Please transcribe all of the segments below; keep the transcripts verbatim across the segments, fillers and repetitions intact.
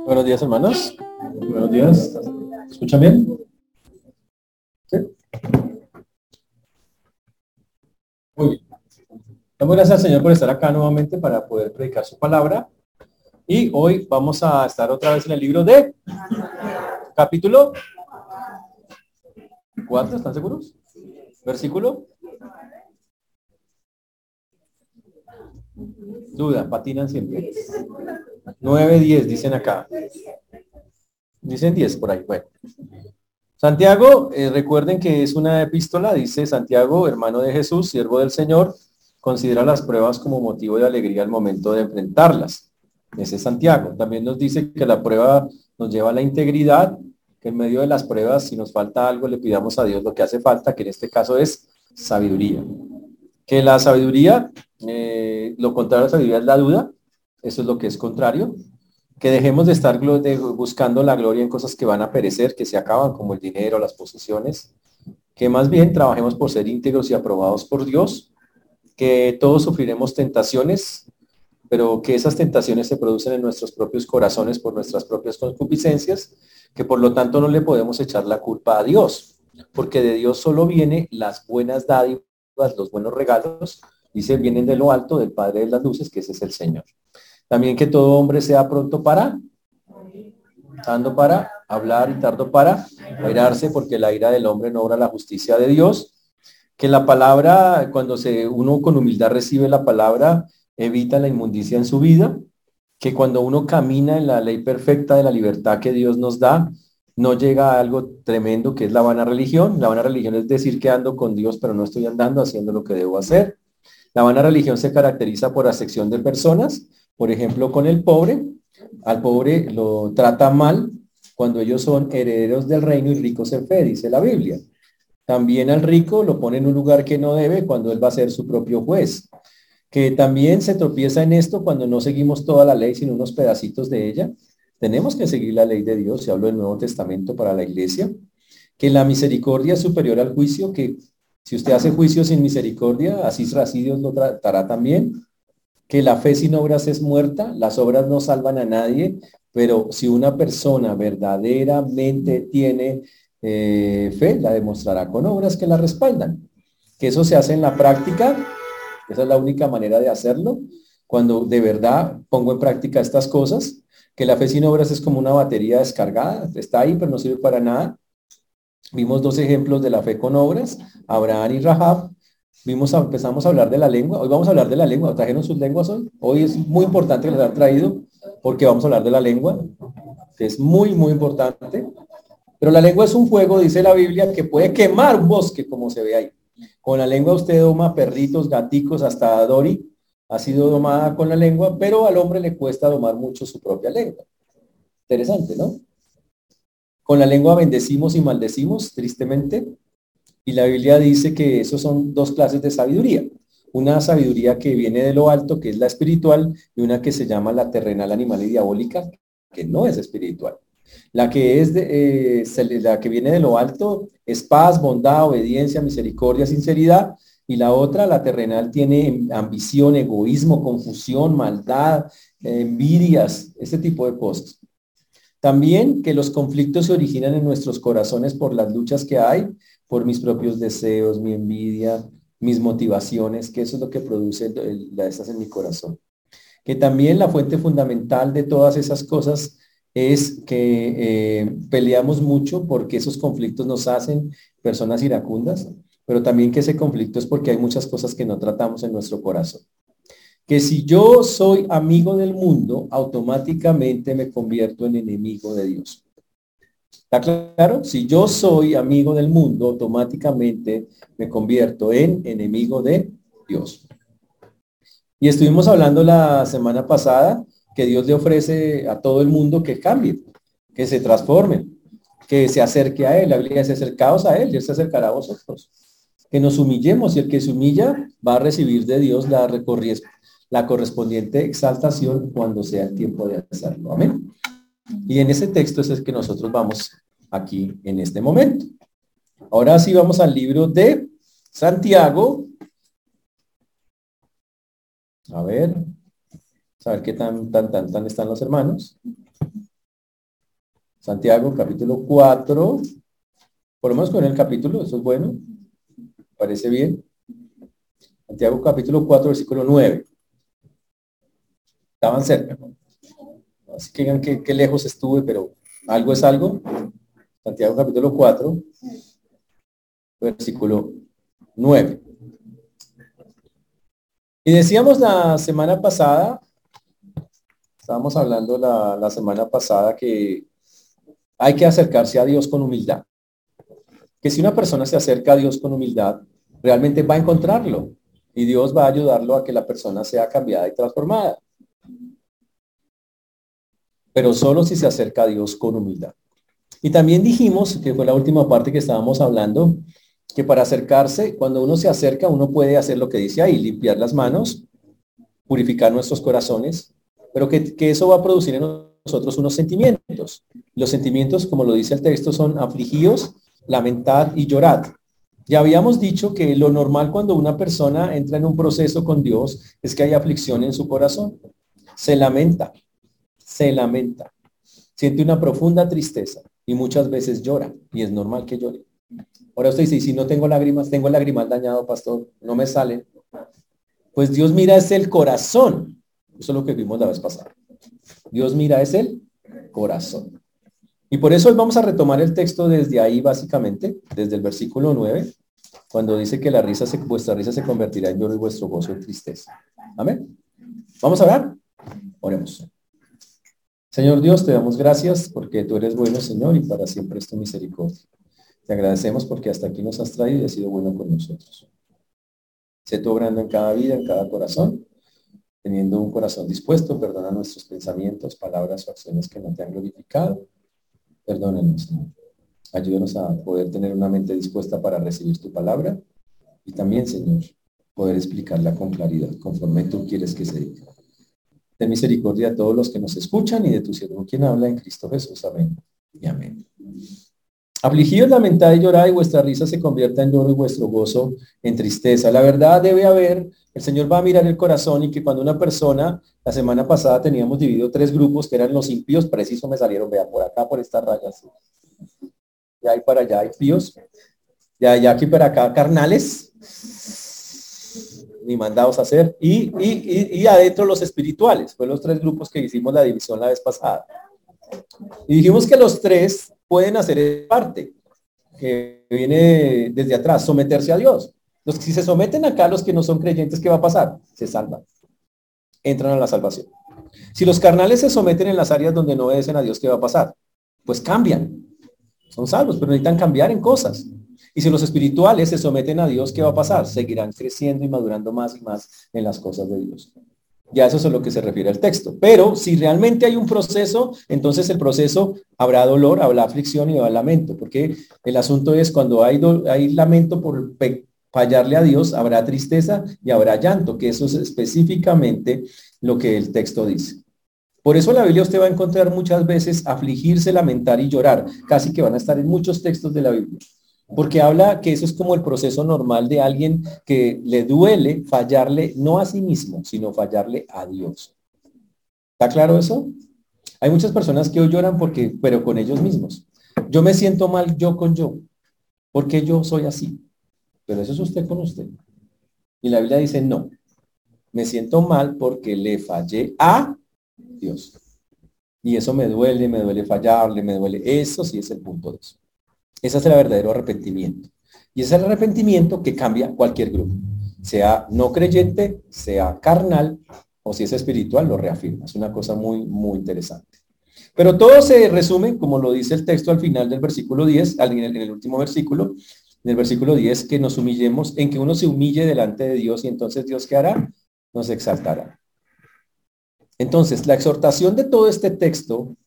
Buenos días, hermanos. Buenos días. ¿Escuchan bien? ¿Sí? Muy bien. Damos gracias al Señor por estar acá nuevamente para poder predicar su palabra. Y hoy vamos a estar otra vez en el libro de capítulo cuatro, ¿están seguros? Versículo. Duda, patinan siempre. nueve, diez, dicen acá. Dicen diez por ahí. Bueno. Santiago, eh, recuerden que es una epístola, dice Santiago, hermano de Jesús, siervo del Señor, considera las pruebas como motivo de alegría al momento de enfrentarlas. Ese es Santiago. También nos dice que la prueba nos lleva a la integridad, que en medio de las pruebas, si nos falta algo, le pidamos a Dios lo que hace falta, que en este caso es sabiduría. Que la sabiduría, eh, lo contrario a la sabiduría es la duda, eso es lo que es contrario. Que dejemos de estar de, buscando la gloria en cosas que van a perecer, que se acaban, como el dinero, las posesiones. Que más bien trabajemos por ser íntegros y aprobados por Dios. Que todos sufriremos tentaciones, pero que esas tentaciones se producen en nuestros propios corazones por nuestras propias concupiscencias, que por lo tanto no le podemos echar la culpa a Dios, porque de Dios solo vienen las buenas dádivas, los buenos regalos, dice, vienen de lo alto, del Padre de las luces, que ese es el Señor. También que todo hombre sea pronto para, tardo para hablar y tardo para airarse, porque la ira del hombre no obra la justicia de Dios. Que la palabra, cuando se, uno con humildad recibe la palabra, evita la inmundicia en su vida. Que cuando uno camina en la ley perfecta de la libertad que Dios nos da, no llega a algo tremendo que es la vana religión. La vana religión es decir que ando con Dios, pero no estoy andando haciendo lo que debo hacer. La vana religión se caracteriza por acepción de personas, por ejemplo, con el pobre. Al pobre lo trata mal cuando ellos son herederos del reino y ricos en fe, dice la Biblia. También al rico lo pone en un lugar que no debe cuando él va a ser su propio juez. Que también se tropieza en esto cuando no seguimos toda la ley, sino unos pedacitos de ella. Tenemos que seguir la ley de Dios, si hablo del Nuevo Testamento para la iglesia. Que la misericordia es superior al juicio, que si usted hace juicio sin misericordia, así, así Dios lo tratará también. Que la fe sin obras es muerta, las obras no salvan a nadie, pero si una persona verdaderamente tiene eh, fe, la demostrará con obras que la respaldan. Que eso se hace en la práctica, esa es la única manera de hacerlo, cuando de verdad pongo en práctica estas cosas, que la fe sin obras es como una batería descargada, está ahí pero no sirve para nada. Vimos dos ejemplos de la fe con obras, Abraham y Rahab. Vimos, empezamos a hablar de la lengua. Hoy vamos a hablar de la lengua. ¿Trajeron sus lenguas hoy? Hoy es muy importante que les han traído porque vamos a hablar de la lengua, que es muy, muy importante. Pero la lengua es un fuego, dice la Biblia, que puede quemar un bosque, como se ve ahí. Con la lengua usted doma perritos, gaticos, hasta Dory ha sido domada con la lengua, pero al hombre le cuesta domar mucho su propia lengua. Interesante, ¿no? Con la lengua bendecimos y maldecimos, tristemente. Y la Biblia dice que esos son dos clases de sabiduría. Una sabiduría que viene de lo alto, que es la espiritual, y una que se llama la terrenal, animal y diabólica, que no es espiritual. La que es de, eh, la que viene de lo alto es paz, bondad, obediencia, misericordia, sinceridad. Y la otra, la terrenal, tiene ambición, egoísmo, confusión, maldad, eh, envidias, ese tipo de cosas. También que los conflictos se originan en nuestros corazones por las luchas que hay, por mis propios deseos, mi envidia, mis motivaciones, que eso es lo que produce la estas en mi corazón. Que también la fuente fundamental de todas esas cosas es que eh, peleamos mucho porque esos conflictos nos hacen personas iracundas, pero también que ese conflicto es porque hay muchas cosas que no tratamos en nuestro corazón. Que si yo soy amigo del mundo, automáticamente me convierto en enemigo de Dios. ¿Está claro? Si yo soy amigo del mundo, automáticamente me convierto en enemigo de Dios. Y estuvimos hablando la semana pasada que Dios le ofrece a todo el mundo que cambie, que se transforme, que se acerque a Él. La Biblia dice acercaos a Él y Él se acercará a vosotros. Que nos humillemos y el que se humilla va a recibir de Dios la, la correspondiente exaltación cuando sea el tiempo de hacerlo. Amén. Y en ese texto es el que nosotros vamos aquí en este momento. Ahora sí vamos al libro de Santiago. A ver, a ver qué tan, tan, tan, tan están los hermanos. Santiago capítulo cuatro, por lo menos con el capítulo, eso es bueno, parece bien. Santiago capítulo cuatro, versículo nueve. Estaban cerca, ¿no? Así que digan que, que lejos estuve, pero algo es algo. Santiago capítulo cuatro, versículo nueve. Y decíamos la semana pasada, estábamos hablando la, la semana pasada que hay que acercarse a Dios con humildad. Que si una persona se acerca a Dios con humildad, realmente va a encontrarlo. Y Dios va a ayudarlo a que la persona sea cambiada y transformada. Pero solo si se acerca a Dios con humildad. Y también dijimos, que fue la última parte que estábamos hablando, que para acercarse, cuando uno se acerca, uno puede hacer lo que dice ahí, limpiar las manos, purificar nuestros corazones, pero que, que eso va a producir en nosotros unos sentimientos. Los sentimientos, como lo dice el texto, son afligidos, lamentad y llorad. Ya habíamos dicho que lo normal cuando una persona entra en un proceso con Dios es que hay aflicción en su corazón. Se lamenta, se lamenta, siente una profunda tristeza y muchas veces llora y es normal que llore. Ahora usted dice, si no tengo lágrimas, tengo lágrimas dañado, pastor, no me salen. Pues Dios mira es el corazón. Eso es lo que vimos la vez pasada. Dios mira es el corazón. Y por eso hoy vamos a retomar el texto desde ahí básicamente, desde el versículo nueve, cuando dice que la risa se, vuestra risa se convertirá en lloro y vuestro gozo en tristeza. Amén. ¿Vamos a orar? Oremos. Señor Dios, te damos gracias porque tú eres bueno, Señor, y para siempre es tu misericordia. Te agradecemos porque hasta aquí nos has traído y has sido bueno con nosotros. Sé tú obrando en cada vida, en cada corazón, teniendo un corazón dispuesto, perdona nuestros pensamientos, palabras o acciones que no te han glorificado. Perdónanos, Señor. Ayúdanos a poder tener una mente dispuesta para recibir tu palabra y también, Señor, poder explicarla con claridad, conforme tú quieres que se diga. Ten misericordia a todos los que nos escuchan y de tu siervo quien habla en Cristo Jesús. Amén y amén. Afligidos, lamentad y llorad, y vuestra risa se convierta en lloro y vuestro gozo en tristeza. La verdad debe haber, el Señor va a mirar el corazón, y que cuando una persona, la semana pasada teníamos dividido tres grupos que eran los impíos, preciso me salieron, vea, por acá, por estas rayas. De ahí para allá hay píos, de allá aquí para acá carnales, ni mandados a hacer, y, y, y, y adentro los espirituales. Fue los tres grupos que hicimos la división la vez pasada. Y dijimos que los tres pueden hacer parte, que viene desde atrás, someterse a Dios. Los que si se someten acá, los que no son creyentes, ¿qué va a pasar? Se salvan. Entran a la salvación. Si los carnales se someten en las áreas donde no obedecen a Dios, ¿qué va a pasar? Pues cambian. Son salvos, pero necesitan cambiar en cosas. Y si los espirituales se someten a Dios, ¿qué va a pasar? Seguirán creciendo y madurando más y más en las cosas de Dios. Ya eso es a lo que se refiere al texto. Pero si realmente hay un proceso, entonces el proceso habrá dolor, habrá aflicción y habrá lamento. Porque el asunto es cuando hay, do, hay lamento por fallarle a Dios, habrá tristeza y habrá llanto, que eso es específicamente lo que el texto dice. Por eso en la Biblia usted va a encontrar muchas veces afligirse, lamentar y llorar. Casi que van a estar en muchos textos de la Biblia. Porque habla que eso es como el proceso normal de alguien que le duele fallarle no a sí mismo, sino fallarle a Dios. ¿Está claro eso? Hay muchas personas que hoy lloran porque, pero con ellos mismos. Yo me siento mal yo con yo, porque yo soy así. Pero eso es usted con usted. Y la Biblia dice, no, me siento mal porque le fallé a Dios. Y eso me duele, me duele fallarle, me duele. Eso sí es el punto de eso. Ese es el verdadero arrepentimiento. Y ese es el arrepentimiento que cambia cualquier grupo. Sea no creyente, sea carnal, o si es espiritual, lo reafirma. Es una cosa muy, muy interesante. Pero todo se resume, como lo dice el texto al final del versículo diez, en el último versículo, en el versículo diez, que nos humillemos, en que uno se humille delante de Dios, y entonces Dios, ¿qué hará? Nos exaltará. Entonces, la exhortación de todo este texto,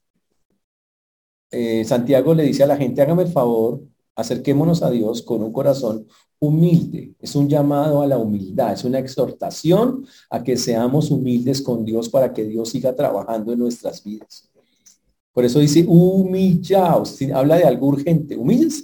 Eh, Santiago le dice a la gente, hágame el favor, acerquémonos a Dios con un corazón humilde. Es un llamado a la humildad, es una exhortación a que seamos humildes con Dios para que Dios siga trabajando en nuestras vidas. Por eso dice, humillaos, si habla de algo urgente, humíllense.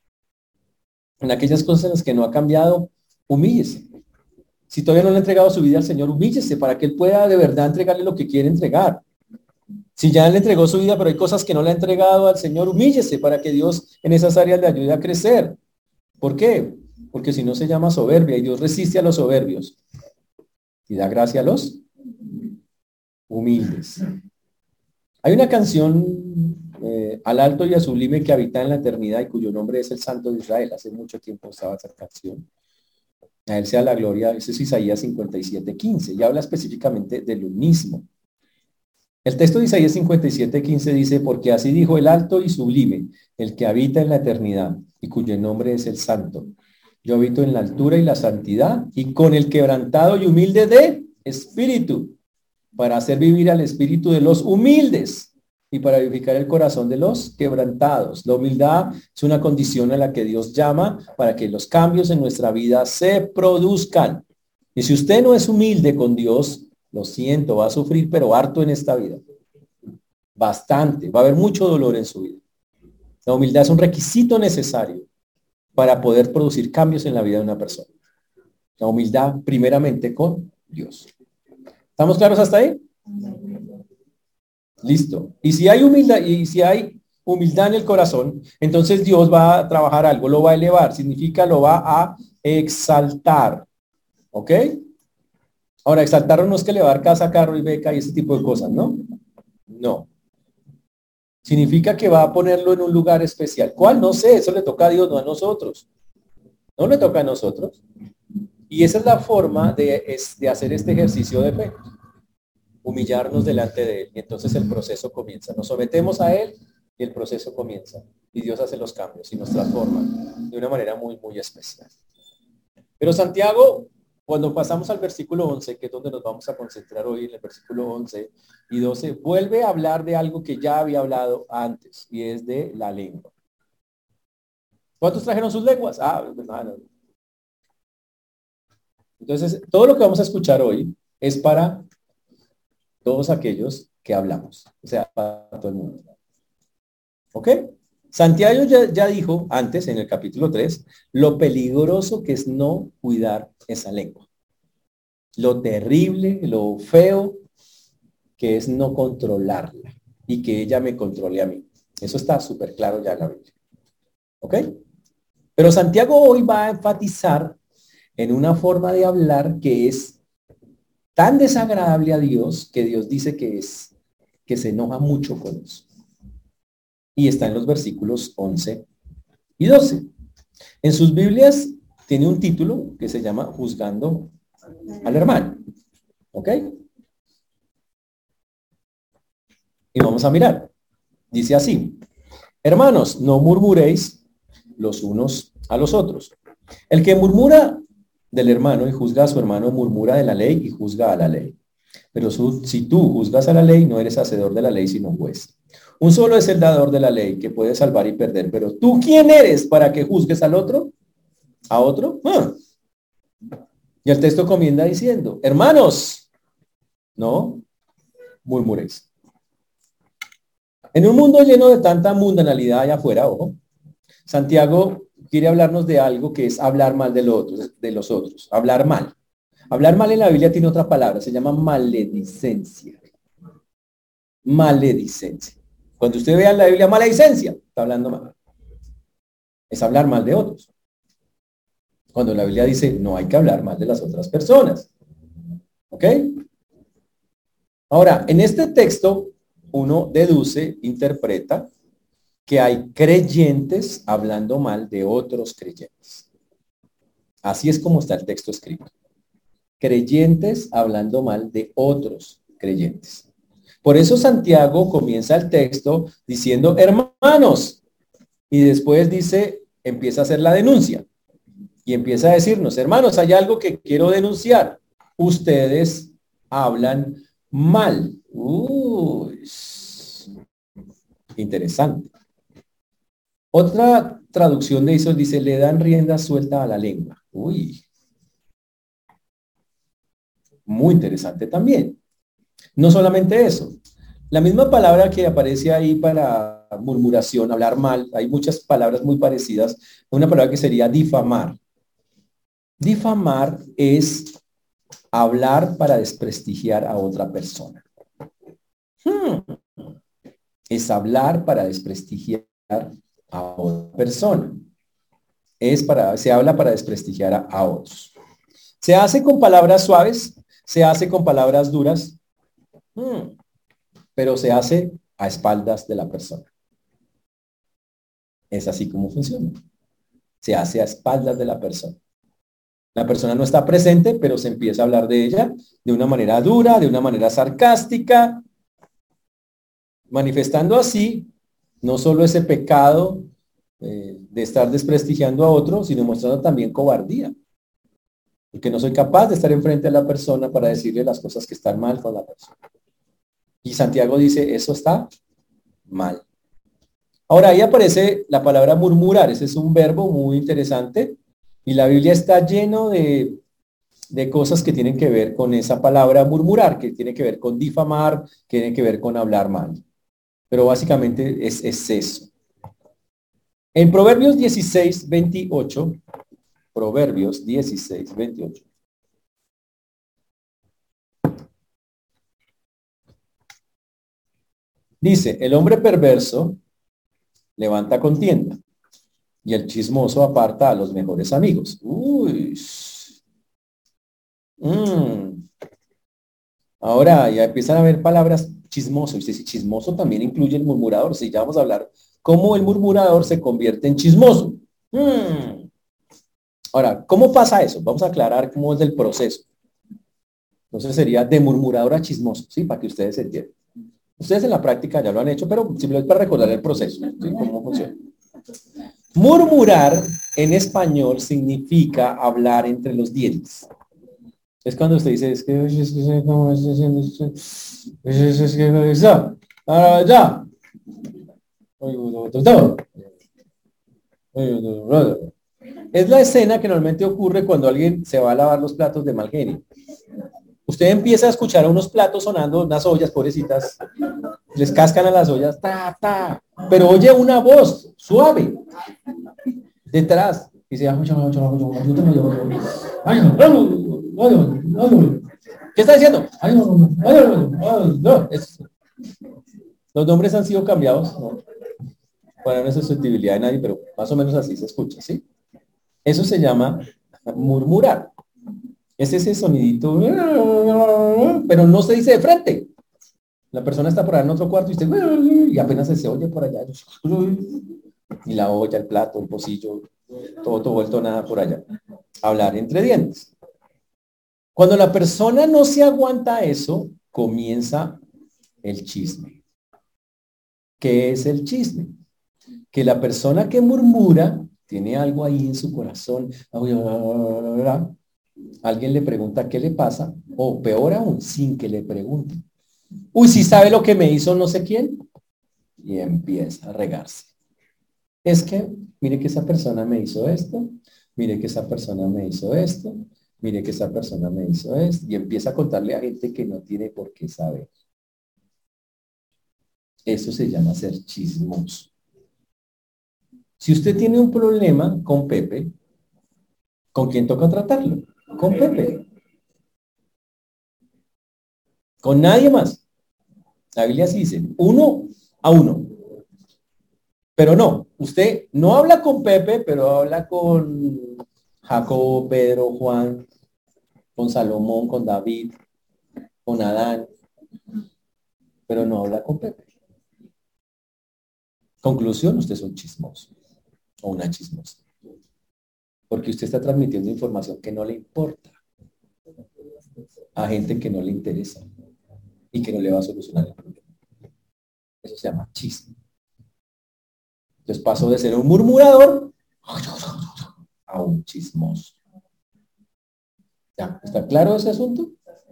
En aquellas cosas en las que no ha cambiado, humíllese. Si todavía no le ha entregado su vida al Señor, humíllese para que Él pueda de verdad entregarle lo que quiere entregar. Si ya le entregó su vida, pero hay cosas que no le ha entregado al Señor, humíllese para que Dios en esas áreas le ayude a crecer. ¿Por qué? Porque si no se llama soberbia y Dios resiste a los soberbios y da gracia a los humildes. Hay una canción eh, al alto y a sublime que habita en la eternidad y cuyo nombre es el Santo de Israel. Hace mucho tiempo estaba esa canción. A él sea la gloria. Ese es Isaías cincuenta y siete, quince y habla específicamente de lo mismo. El texto de Isaías cincuenta y siete, quince dice, porque así dijo el alto y sublime, el que habita en la eternidad y cuyo nombre es el Santo. Yo habito en la altura y la santidad y con el quebrantado y humilde de espíritu, para hacer vivir al espíritu de los humildes y para vivificar el corazón de los quebrantados. La humildad es una condición a la que Dios llama para que los cambios en nuestra vida se produzcan. Y si usted no es humilde con Dios, lo siento, va a sufrir, pero harto en esta vida. Bastante. Va a haber mucho dolor en su vida. La humildad es un requisito necesario para poder producir cambios en la vida de una persona. La humildad primeramente con Dios. ¿Estamos claros hasta ahí? Listo. Y si hay humildad, y si hay humildad en el corazón, entonces Dios va a trabajar algo, lo va a elevar, significa lo va a exaltar. ¿Ok? Ahora, exaltar no es que le va a dar casa, carro y beca y ese tipo de cosas, ¿no? No. Significa que va a ponerlo en un lugar especial. ¿Cuál? No sé, eso le toca a Dios, no a nosotros. No le toca a nosotros. Y esa es la forma de, es, de hacer este ejercicio de fe. Humillarnos delante de Él. Y entonces el proceso comienza. Nos sometemos a Él y el proceso comienza. Y Dios hace los cambios y nos transforma de una manera muy, muy especial. Pero Santiago, cuando pasamos al versículo once, que es donde nos vamos a concentrar hoy, en el versículo once y doce, vuelve a hablar de algo que ya había hablado antes, y es de la lengua. ¿Cuántos trajeron sus lenguas? Ah, pues nada, no. Entonces, todo lo que vamos a escuchar hoy es para todos aquellos que hablamos, o sea, para todo el mundo. ¿Ok? Santiago ya, ya dijo antes, en el capítulo tres, lo peligroso que es no cuidar esa lengua. Lo terrible, lo feo que es no controlarla y que ella me controle a mí. Eso está súper claro ya en la Biblia. ¿Ok? Pero Santiago hoy va a enfatizar en una forma de hablar que es tan desagradable a Dios que Dios dice que es, que se enoja mucho con eso. Y está en los versículos once y doce. En sus Biblias tiene un título que se llama Juzgando al hermano. ¿Ok? Y vamos a mirar. Dice así: hermanos, no murmuréis los unos a los otros. El que murmura del hermano y juzga a su hermano, murmura de la ley y juzga a la ley. Pero su, si tú juzgas a la ley, no eres hacedor de la ley, sino juez. Un solo es el dador de la ley, que puede salvar y perder. Pero ¿tú quién eres para que juzgues al otro? ¿A otro? Ah. Y el texto comienza diciendo, hermanos, no murmuréis. En un mundo lleno de tanta mundanalidad allá afuera, ojo, Santiago quiere hablarnos de algo que es hablar mal de los otros, de los otros, hablar mal. Hablar mal en la Biblia tiene otra palabra, se llama maledicencia. Maledicencia. Cuando usted vea en la Biblia maledicencia, está hablando mal. Es hablar mal de otros. Cuando la Biblia dice no hay que hablar mal de las otras personas. ¿Ok? Ahora, en este texto, uno deduce, interpreta, que hay creyentes hablando mal de otros creyentes. Así es como está el texto escrito. Creyentes hablando mal de otros creyentes. Por eso Santiago comienza el texto diciendo, hermanos, y después dice, empieza a hacer la denuncia. Y empieza a decirnos, hermanos, hay algo que quiero denunciar. Ustedes hablan mal. Uy, interesante. Otra traducción de eso dice, le dan rienda suelta a la lengua. Uy. Muy interesante también. No solamente eso. La misma palabra que aparece ahí para murmuración, hablar mal, hay muchas palabras muy parecidas. Una palabra que sería difamar. Difamar es hablar para desprestigiar a otra persona. Hmm. es hablar para desprestigiar a otra persona. Es para, se habla para desprestigiar a, a otros. Se hace con palabras suaves, se hace con palabras duras, hmm, pero se hace a espaldas de la persona. Es así como funciona. Se hace a espaldas de la persona. La persona no está presente, pero se empieza a hablar de ella de una manera dura, de una manera sarcástica, manifestando así no solo ese pecado eh, de estar desprestigiando a otro, sino mostrando también cobardía. Porque no soy capaz de estar enfrente de la persona para decirle las cosas que están mal con la persona. Y Santiago dice, eso está mal. Ahora ahí aparece la palabra murmurar. Ese es un verbo muy interesante. Y la Biblia está lleno de, de cosas que tienen que ver con esa palabra murmurar, que tiene que ver con difamar, que tiene que ver con hablar mal. Pero básicamente es, es eso. En Proverbios dieciséis, veintiocho, Proverbios dieciséis, veintiocho. Dice, el hombre perverso levanta contienda y el chismoso aparta a los mejores amigos. Uy. Mm. Ahora ya empiezan a ver palabras chismoso. Y si chismoso también incluye el murmurador. Si ya vamos a hablar cómo el murmurador se convierte en chismoso. Mm. Ahora, ¿cómo pasa eso? Vamos a aclarar cómo es el proceso. Entonces sería de murmurador a chismoso, ¿sí? Para que ustedes entiendan. Ustedes en la práctica ya lo han hecho, pero simplemente para recordar el proceso, ¿sí? Cómo funciona. Murmurar en español significa hablar entre los dientes. Es cuando usted dice, es que, es que, ¿cómo es? Es que, eso, ahora ya. Es la escena que normalmente ocurre cuando alguien se va a lavar los platos de mal genio. Usted empieza a escuchar a unos platos sonando, unas ollas, pobrecitas, les cascan a las ollas, ta, ta, pero oye una voz suave detrás. Y dice, ¿qué está diciendo? Los nombres han sido cambiados, ¿no? Para no es susceptibilidad de nadie, pero más o menos así se escucha, ¿sí? Eso se llama murmurar. Es ese sonidito, pero no se dice de frente. La persona está por allá en otro cuarto y, usted, y apenas se oye por allá. Y la olla, el plato, el pocillo, todo, todo vuelto nada por allá. Hablar entre dientes. Cuando la persona no se aguanta eso, comienza el chisme. ¿Qué es el chisme? Que la persona que murmura tiene algo ahí en su corazón. Alguien le pregunta qué le pasa, o peor aún, sin que le pregunte. Uy, si sabe lo que me hizo no sé quién. Y empieza a regarse. Es que, mire que esa persona me hizo esto, mire que esa persona me hizo esto, mire que esa persona me hizo esto, y empieza a contarle a gente que no tiene por qué saber. Eso se llama ser chismoso. Si usted tiene un problema con Pepe, ¿con quién toca tratarlo? Con Pepe. Con nadie más. La Biblia sí dice, uno a uno. Pero no, usted no habla con Pepe, pero habla con Jacobo, Pedro, Juan, con Salomón, con David, con Adán, pero no habla con Pepe. Conclusión, usted es un chismoso o una chismosa. Porque usted está transmitiendo información que no le importa a gente que no le interesa y que no le va a solucionar el problema. Eso se llama chisme. Entonces pasó de ser un murmurador a un chismoso. ¿Ya? ¿Está claro ese asunto?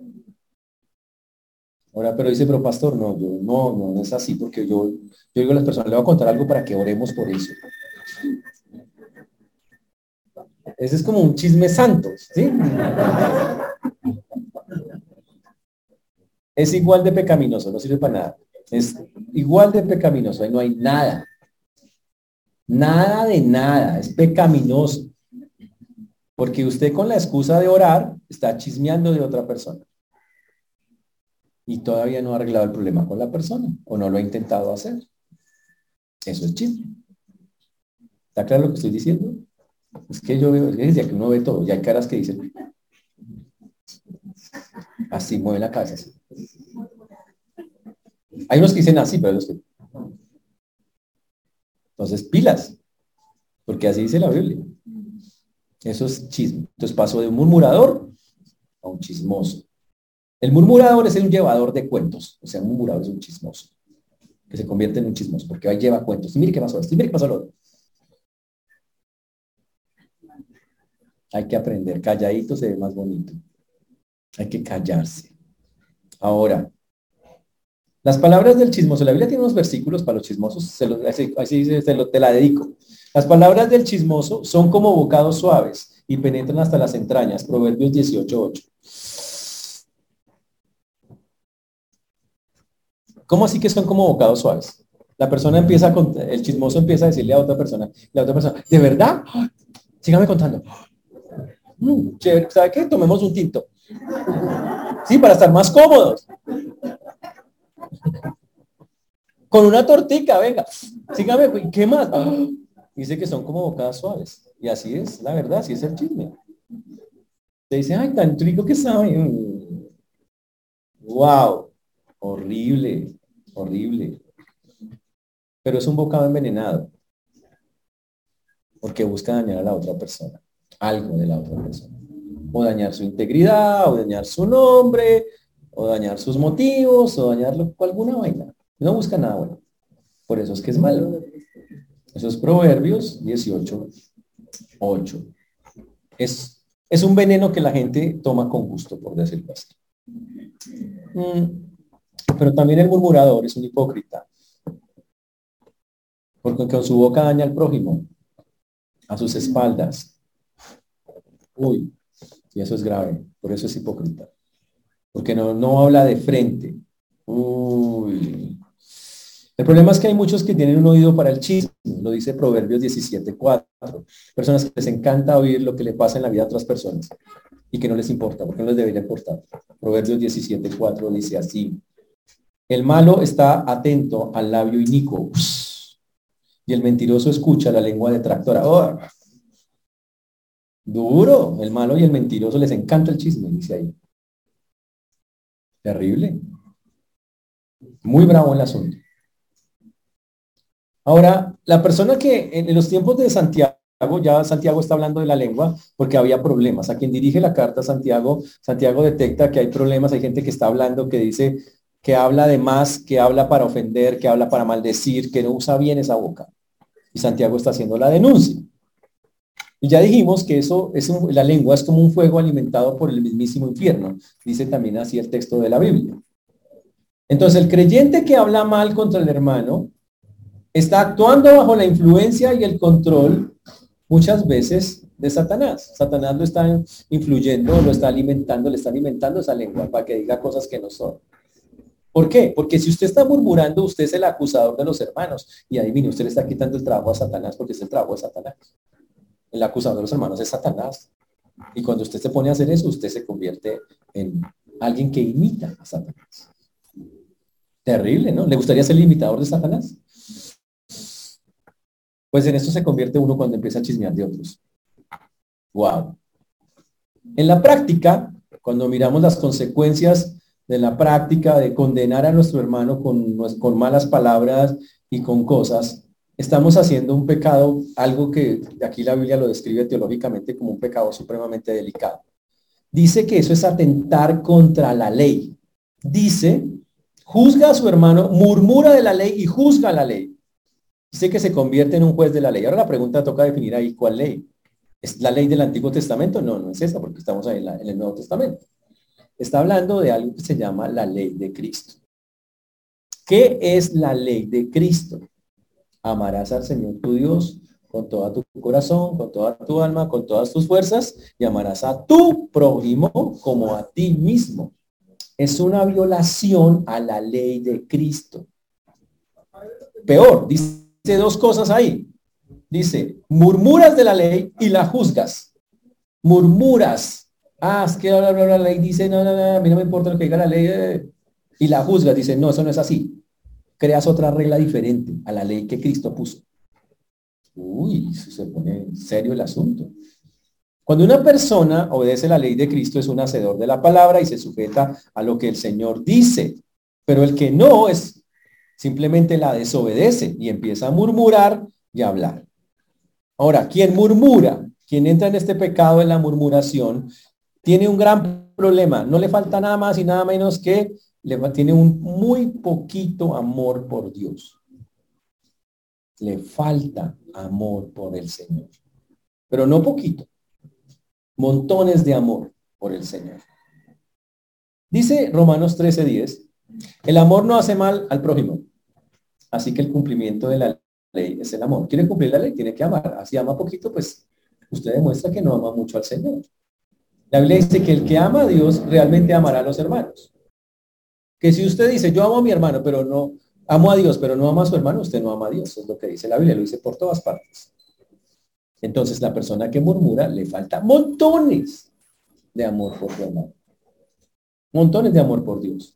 Ahora, pero dice, pero pastor, no, yo, no, no, no es así, porque yo, yo digo a las personas, le voy a contar algo para que oremos por eso. Ese es como un chisme santo, ¿sí? Es igual de pecaminoso, no sirve para nada. Es igual de pecaminoso, ahí no hay nada. Nada de nada, es pecaminoso. Porque usted con la excusa de orar está chismeando de otra persona. Y todavía no ha arreglado el problema con la persona o no lo ha intentado hacer. Eso es chisme. ¿Está claro lo que estoy diciendo? Es que yo veo, es que desde que uno ve todo, y hay caras que dicen, así mueve la cabeza. Así. Hay unos que dicen así, pero los que... Entonces, pilas, porque así dice la Biblia. Eso es chisme. Entonces pasó de un murmurador a un chismoso. El murmurador es un llevador de cuentos, o sea, un murmurador es un chismoso, que se convierte en un chismoso, porque ahí lleva cuentos. Y mire qué pasó esto, y mire qué pasó lo otro. Hay que aprender, calladito se ve más bonito. Hay que callarse. Ahora, las palabras del chismoso, la Biblia tiene unos versículos para los chismosos, se los, así, así se lo, te la dedico. Las palabras del chismoso son como bocados suaves y penetran hasta las entrañas. Proverbios dieciocho ocho. ¿Cómo así que son como bocados suaves? La persona empieza, con, el chismoso empieza a decirle a otra persona, la otra persona, ¿de verdad? Sígame contando. Mm, chévere, ¿sabe qué? Tomemos un tinto. Sí, para estar más cómodos. Con una tortica, venga. Sígame, ¿qué más? Ah, dice que son como bocadas suaves. Y así es, la verdad, así es el chisme. Te dice, ay, tan rico que sabe. Mm. Wow, horrible, horrible. Pero es un bocado envenenado. Porque busca dañar a la otra persona. Algo de la otra persona. O dañar su integridad, o dañar su nombre, o dañar sus motivos, o dañarlo con alguna vaina. No busca nada bueno. Por eso es que es malo. Eso es Proverbios dieciocho ocho. Es, es un veneno que la gente toma con gusto, por decirlo así. Mm, pero también el murmurador es un hipócrita. Porque con su boca daña al prójimo, a sus espaldas. Uy, y eso es grave. Por eso es hipócrita. Porque no, no habla de frente. Uy. El problema es que hay muchos que tienen un oído para el chisme, lo dice Proverbios diecisiete cuatro. Personas que les encanta oír lo que le pasa en la vida a otras personas y que no les importa, porque no les debería importar. Proverbios diecisiete cuatro dice así: el malo está atento al labio inicuo y el mentiroso escucha la lengua detractora. Oh, duro, el malo y el mentiroso les encanta el chisme, dice ahí. Terrible. Muy bravo el asunto. Ahora, la persona que en los tiempos de Santiago, ya Santiago está hablando de la lengua porque había problemas. A quien dirige la carta Santiago, Santiago detecta que hay problemas, hay gente que está hablando, que dice, que habla de más, que habla para ofender, que habla para maldecir, que no usa bien esa boca. Y Santiago está haciendo la denuncia. Y ya dijimos que eso es un, la lengua es como un fuego alimentado por el mismísimo infierno. Dice también así el texto de la Biblia. Entonces, el creyente que habla mal contra el hermano está actuando bajo la influencia y el control muchas veces de Satanás. Satanás lo está influyendo, lo está alimentando, le está alimentando esa lengua para que diga cosas que no son. ¿Por qué? Porque si usted está murmurando, usted es el acusador de los hermanos. Y adivine, usted le está quitando el trabajo a Satanás porque es el trabajo de Satanás. El acusador de los hermanos es Satanás. Y cuando usted se pone a hacer eso, usted se convierte en alguien que imita a Satanás. Terrible, ¿no? ¿Le gustaría ser el imitador de Satanás? Pues en esto se convierte uno cuando empieza a chismear de otros. Wow. En la práctica, cuando miramos las consecuencias de la práctica de condenar a nuestro hermano con, con malas palabras y con cosas, estamos haciendo un pecado, algo que aquí la Biblia lo describe teológicamente como un pecado supremamente delicado. Dice que eso es atentar contra la ley. Dice, juzga a su hermano, murmura de la ley y juzga la ley. Dice que se convierte en un juez de la ley. Ahora la pregunta toca definir ahí cuál ley. ¿Es la ley del Antiguo Testamento? No, no es esa, porque estamos ahí en, la, en el Nuevo Testamento. Está hablando de algo que se llama la ley de Cristo. ¿Qué es la ley de Cristo? Amarás al Señor tu Dios con todo tu corazón, con toda tu alma, con todas tus fuerzas, y amarás a tu prójimo como a ti mismo. Es una violación a la ley de Cristo. Peor, dice dos cosas ahí. Dice, murmuras de la ley y la juzgas. Murmuras. Ah, es que bla, bla, bla, la ley dice, no, no, no, a mí no me importa lo que diga la ley. Eh, y la juzgas. Dice, no, eso no es así. creas otra regla diferente a la ley que Cristo puso. Uy, eso se pone serio el asunto. Cuando una persona obedece la ley de Cristo es un hacedor de la palabra y se sujeta a lo que el Señor dice. Pero el que no es simplemente la desobedece y empieza a murmurar y a hablar. Ahora, quien murmura, quien entra en este pecado de la murmuración, tiene un gran problema. No le falta nada más y nada menos que le tiene un muy poquito amor por Dios. Le falta amor por el Señor. Pero no poquito. Montones de amor por el Señor. Dice Romanos trece diez, el amor no hace mal al prójimo. Así que el cumplimiento de la ley es el amor. ¿Quiere cumplir la ley? Tiene que amar. Así ama poquito, pues usted demuestra que no ama mucho al Señor. La Biblia dice que el que ama a Dios realmente amará a los hermanos. Que si usted dice, yo amo a mi hermano, pero no, amo a Dios, pero no ama a su hermano, usted no ama a Dios. Es lo que dice la Biblia, lo dice por todas partes. Entonces la persona que murmura le falta montones de amor por su hermano. Montones de amor por Dios.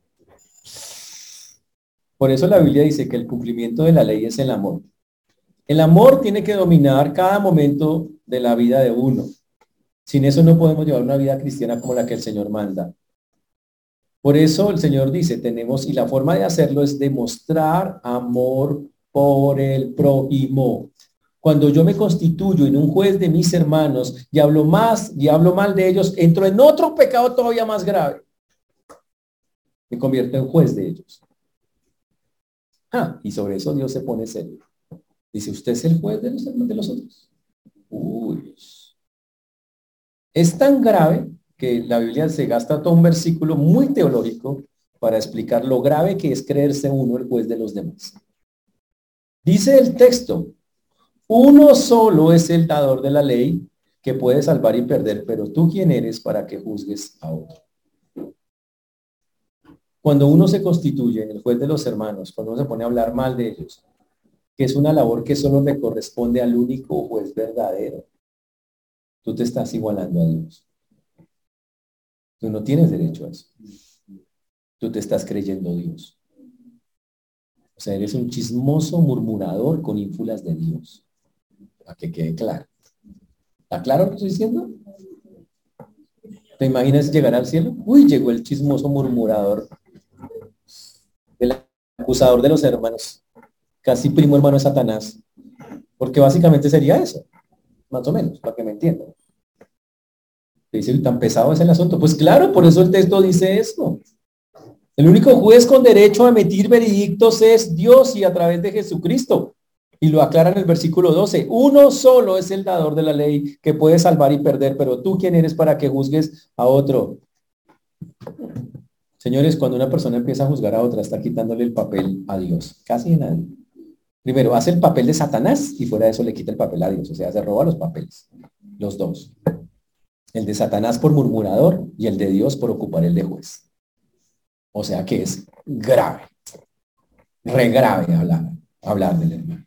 Por eso la Biblia dice que el cumplimiento de la ley es el amor. El amor tiene que dominar cada momento de la vida de uno. Sin eso no podemos llevar una vida cristiana como la que el Señor manda. Por eso el Señor dice, tenemos, y la forma de hacerlo es demostrar amor por el prójimo. Cuando yo me constituyo en un juez de mis hermanos y hablo más y hablo mal de ellos, entro en otro pecado todavía más grave. Me convierto en juez de ellos. Ah, y sobre eso Dios se pone serio. Dice, ¿usted es el juez de los hermanos de los otros? Uy. Es tan grave que la Biblia se gasta todo un versículo muy teológico para explicar lo grave que es creerse uno el juez de los demás. Dice el texto, uno solo es el dador de la ley que puede salvar y perder, pero tú quién eres para que juzgues a otro. Cuando uno se constituye en el juez de los hermanos, cuando uno se pone a hablar mal de ellos, que es una labor que solo le corresponde al único juez verdadero, tú te estás igualando a Dios. Tú no tienes derecho a eso. Tú te estás creyendo Dios. O sea, eres un chismoso murmurador con ínfulas de Dios. Para que quede claro. ¿Está claro lo que estoy diciendo? ¿Te imaginas llegar al cielo? Uy, llegó el chismoso murmurador, el acusador de los hermanos, casi primo hermano de Satanás. Porque básicamente sería eso. Más o menos, para que me entiendan. Dice, tan pesado es el asunto. Pues claro, por eso el texto dice esto. El único juez con derecho a emitir veredictos es Dios y a través de Jesucristo. Y lo aclara en el versículo doce. Uno solo es el dador de la ley que puede salvar y perder, pero tú quién eres para que juzgues a otro. Señores, cuando una persona empieza a juzgar a otra, está quitándole el papel a Dios. Casi nadie. Primero, hace el papel de Satanás y fuera de eso le quita el papel a Dios. O sea, se roba los papeles. Los dos. El de Satanás por murmurador y el de Dios por ocupar el de juez. O sea que es grave. Re grave hablar, hablar del hermano.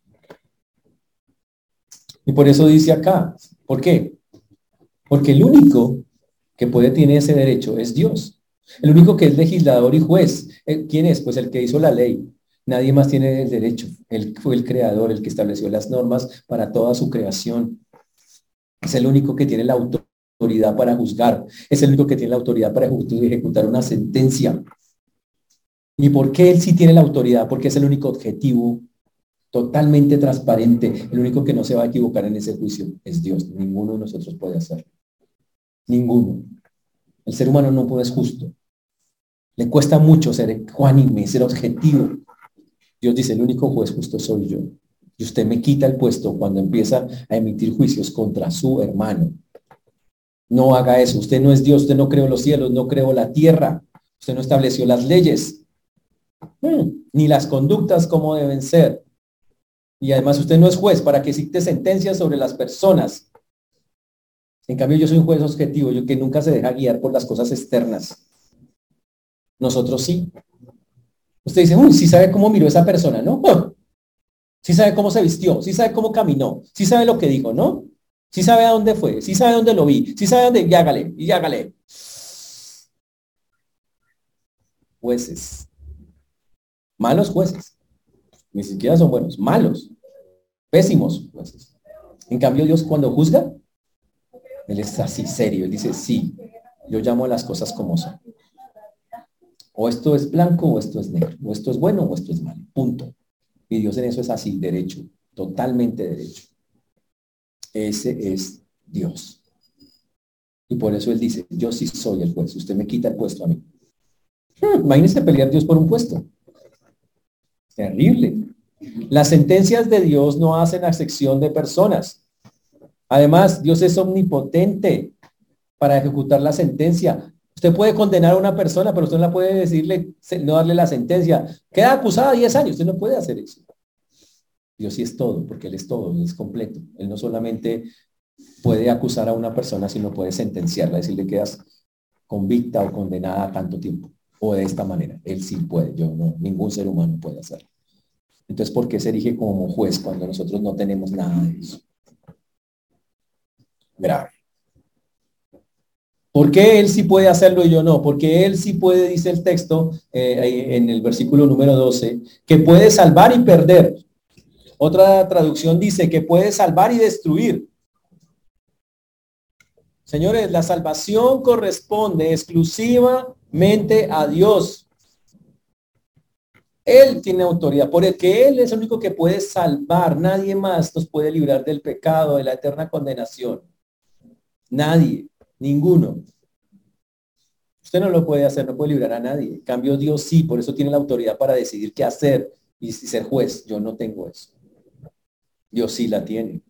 Y por eso dice acá. ¿Por qué? Porque el único que puede tener ese derecho es Dios. El único que es legislador y juez. ¿Quién es? Pues el que hizo la ley. Nadie más tiene el derecho. Él fue el creador, el que estableció las normas para toda su creación. Es el único que tiene la autoridad para juzgar. Es el único que tiene la autoridad para ejecutar una sentencia. ¿Y por qué él sí tiene la autoridad? Porque es el único objetivo totalmente transparente. El único que no se va a equivocar en ese juicio es Dios. Ninguno de nosotros puede hacerlo. Ninguno. El ser humano no es justo. Le cuesta mucho ser ecuánime, ser objetivo. Dios dice, el único juez justo soy yo. Y usted me quita el puesto cuando empieza a emitir juicios contra su hermano. No haga eso. Usted no es Dios, usted no creó los cielos, no creó la tierra. Usted no estableció las leyes, hmm, ni las conductas como deben ser. Y además usted no es juez para que dicte sentencias sobre las personas. En cambio yo soy un juez objetivo, yo que nunca se deja guiar por las cosas externas. Nosotros sí. Usted dice, uy, sí sabe cómo miró esa persona, ¿no? Sí sabe cómo se vistió, sí sabe cómo caminó, sí sabe lo que dijo, ¿no? Sí sabe a dónde fue, sí sabe dónde lo vi, sí sabe dónde, y hágale, y hágale. Jueces. Malos jueces. Ni siquiera son buenos, malos, pésimos jueces. En cambio, Dios cuando juzga, Él es así serio. Él dice, sí, yo llamo a las cosas como son. O esto es blanco o esto es negro. O esto es bueno o esto es malo. Punto. Y Dios en eso es así, derecho. Totalmente derecho. Ese es Dios. Y por eso Él dice, yo sí soy el juez. Usted me quita el puesto a mí. Hmm, imagínese pelear Dios por un puesto. Terrible. Las sentencias de Dios no hacen acepción de personas. Además, Dios es omnipotente para ejecutar la sentencia. Usted puede condenar a una persona, pero usted no la puede decirle, no darle la sentencia. Queda acusada diez años. Usted no puede hacer eso. Dios sí es todo, porque Él es todo, Él es completo. Él no solamente puede acusar a una persona, sino puede sentenciarla, decirle quedas convicta o condenada a tanto tiempo. O de esta manera. Él sí puede, yo no, ningún ser humano puede hacerlo. Entonces, ¿por qué se erige como juez cuando nosotros no tenemos nada de eso? Grave. ¿Por qué él sí puede hacerlo y yo no? Porque él sí puede, dice el texto, eh, en el versículo número doce, que puede salvar y perder. Otra traducción dice que puede salvar y destruir. Señores, la salvación corresponde exclusivamente a Dios. Él tiene autoridad, porque Él es el único que puede salvar. Nadie más nos puede librar del pecado, de la eterna condenación. Nadie, ninguno. Usted no lo puede hacer, no puede librar a nadie. En cambio, Dios sí, por eso tiene la autoridad para decidir qué hacer y ser juez. Yo no tengo eso. Dios sí la tiene.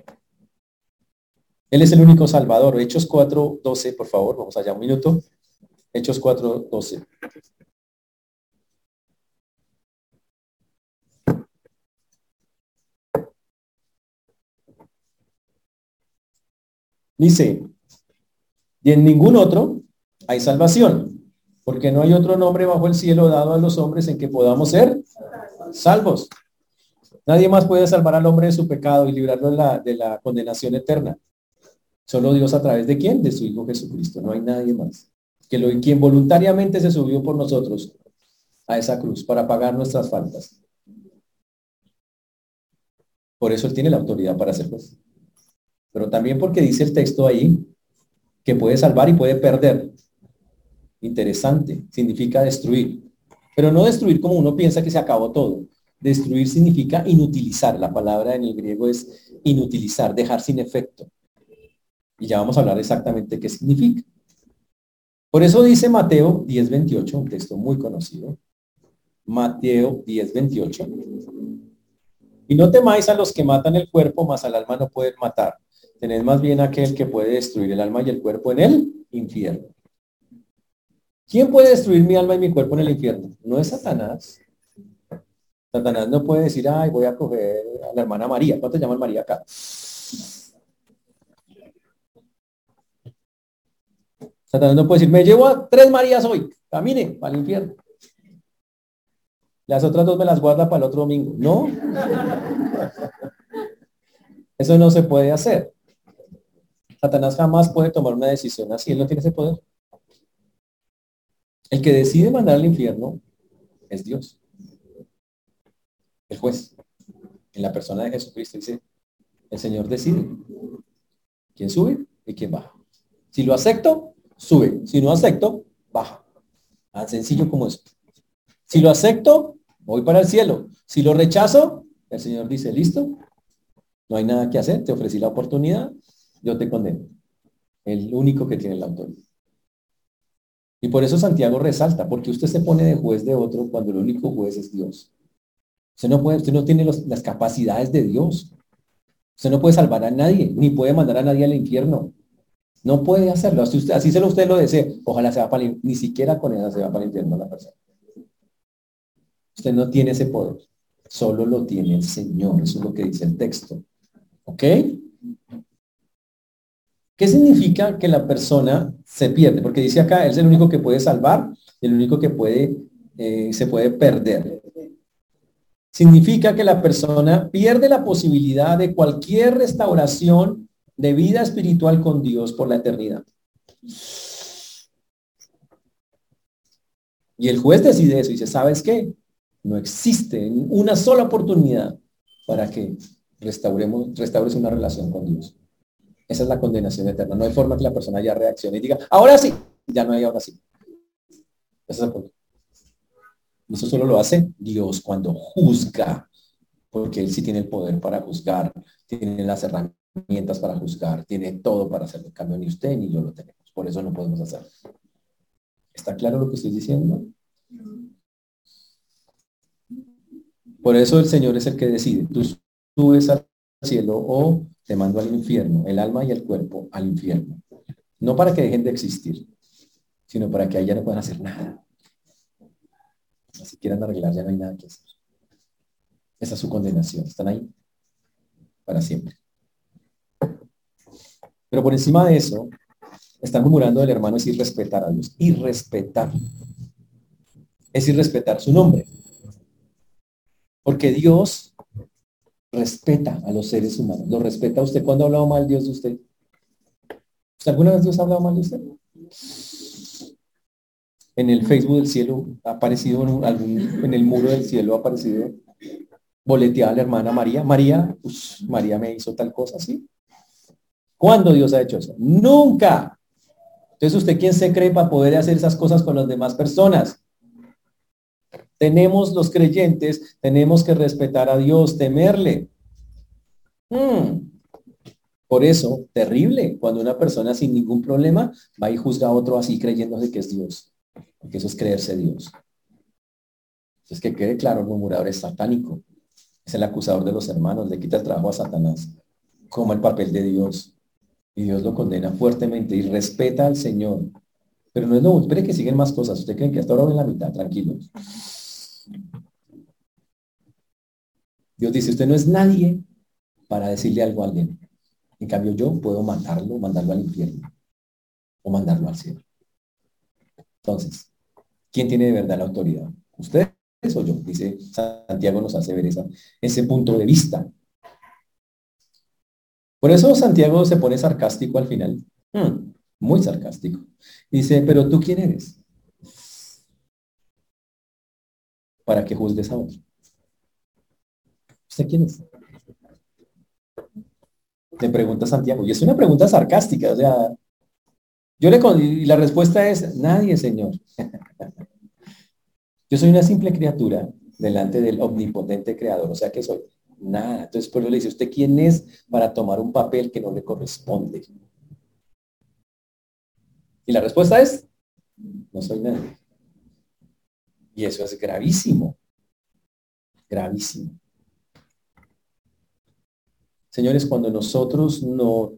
Él es el único salvador. Hechos cuatro doce, por favor, vamos allá un minuto. Hechos cuatro doce. Dice, y en ningún otro hay salvación, porque no hay otro nombre bajo el cielo dado a los hombres en que podamos ser salvos. Nadie más puede salvar al hombre de su pecado y librarlo de la, de la condenación eterna. Solo Dios a través de quién? De su Hijo Jesucristo. No hay nadie más. Que lo, quien voluntariamente se subió por nosotros a esa cruz para pagar nuestras faltas. Por eso Él tiene la autoridad para hacer juez. Pero también porque dice el texto ahí que puede salvar y puede perder. Interesante. Significa destruir. Pero no destruir como uno piensa que se acabó todo. Destruir significa inutilizar. La palabra en el griego es inutilizar, dejar sin efecto. Y ya vamos a hablar exactamente qué significa. Por eso dice Mateo diez veintiocho, un texto muy conocido. Mateo diez veintiocho. Y no temáis a los que matan el cuerpo, mas al alma no pueden matar. Tened más bien aquel que puede destruir el alma y el cuerpo en el infierno. ¿Quién puede destruir mi alma y mi cuerpo en el infierno? No es Satanás. Satanás no puede decir, ay, voy a coger a la hermana María. ¿Cuánto llaman María acá? Satanás no puede decir, me llevo a tres Marías hoy, camine al infierno. Las otras dos me las guarda para el otro domingo. No. Eso no se puede hacer. Satanás jamás puede tomar una decisión así. Él no tiene ese poder. El que decide mandar al infierno es Dios. El juez. En la persona de Jesucristo dice, el Señor decide quién sube y quién baja. Si lo acepto, sube. Si no acepto, baja. Tan sencillo como eso. Si lo acepto, voy para el cielo. Si lo rechazo, el Señor dice, listo, no hay nada que hacer, te ofrecí la oportunidad, yo te condeno. El único que tiene la autoridad. Y por eso Santiago resalta, porque usted se pone de juez de otro cuando el único juez es Dios. Usted no puede, usted no tiene los, las capacidades de Dios. Usted no puede salvar a nadie, ni puede mandar a nadie al infierno. No puede hacerlo. Así, usted, así se lo usted lo desee. Ojalá se va para el infierno. Ni siquiera con eso se va para el infierno la persona. Usted no tiene ese poder. Solo lo tiene el Señor. Eso es lo que dice el texto. ¿Ok? ¿Qué significa que la persona se pierde? Porque dice acá, él es el único que puede salvar, el único que puede, eh, se puede perder. Significa que la persona pierde la posibilidad de cualquier restauración de vida espiritual con Dios por la eternidad. Y el juez decide eso y dice, ¿sabes qué? No existe una sola oportunidad para que restauremos, restaures una relación con Dios. Esa es la condenación eterna. No hay forma que la persona ya reaccione y diga, ahora sí, ya no hay ahora sí. Ese es el punto. Eso solo lo hace Dios cuando juzga, porque Él sí tiene el poder para juzgar, tiene las herramientas para juzgar, tiene todo para hacerlo. En cambio, ni usted ni yo lo tenemos. Por eso no podemos hacerlo. ¿Está claro lo que estoy diciendo? Por eso el Señor es el que decide. Tú subes al cielo o te mando al infierno, el alma y el cuerpo al infierno. No para que dejen de existir, sino para que ahí ya no puedan hacer nada. Si quieran arreglar, ya no hay nada que hacer. Esa es su condenación. Están ahí para siempre. Pero por encima de eso, están murmurando del hermano es irrespetar a Dios. Irrespetar. Es irrespetar su nombre. Porque Dios respeta a los seres humanos. Lo respeta a usted. ¿Cuándo ha hablado mal Dios de usted? ¿Alguna vez Dios ha hablado mal de usted? En el Facebook del cielo ha aparecido, en, algún, en el muro del cielo ha aparecido boleteada la hermana María. María, pues, María me hizo tal cosa, ¿sí? ¿Cuándo Dios ha hecho eso? Nunca. Entonces, ¿usted quién se cree para poder hacer esas cosas con las demás personas? Tenemos los creyentes, tenemos que respetar a Dios, temerle. Hmm. Por eso, terrible, cuando una persona sin ningún problema va y juzga a otro así creyéndose que es Dios. Porque eso es creerse Dios. Entonces, que quede claro, el murmurador es satánico. Es el acusador de los hermanos, le quita el trabajo a Satanás. Como el papel de Dios. Y Dios lo condena fuertemente y respeta al Señor. Pero no es lo, espere que siguen más cosas. ¿Usted cree que hasta ahora va en la mitad? Tranquilos. Dios dice, usted no es nadie para decirle algo a alguien. En cambio, yo puedo mandarlo, mandarlo al infierno. O mandarlo al cielo. Entonces, ¿quién tiene de verdad la autoridad? ¿Usted o yo? Dice Santiago, nos hace ver esa, ese punto de vista. Por eso Santiago se pone sarcástico al final. Hmm, muy sarcástico. Dice, pero ¿tú quién eres? Para que juzgues a otro. ¿Usted quién es? Le pregunta Santiago. Y es una pregunta sarcástica. O sea, yo le y la respuesta es, nadie, Señor. Yo soy una simple criatura delante del omnipotente creador. O sea, que soy nada. Entonces, por eso le dice, ¿usted quién es para tomar un papel que no le corresponde? Y la respuesta es, no soy nadie. Y eso es gravísimo. Gravísimo. Señores, cuando nosotros no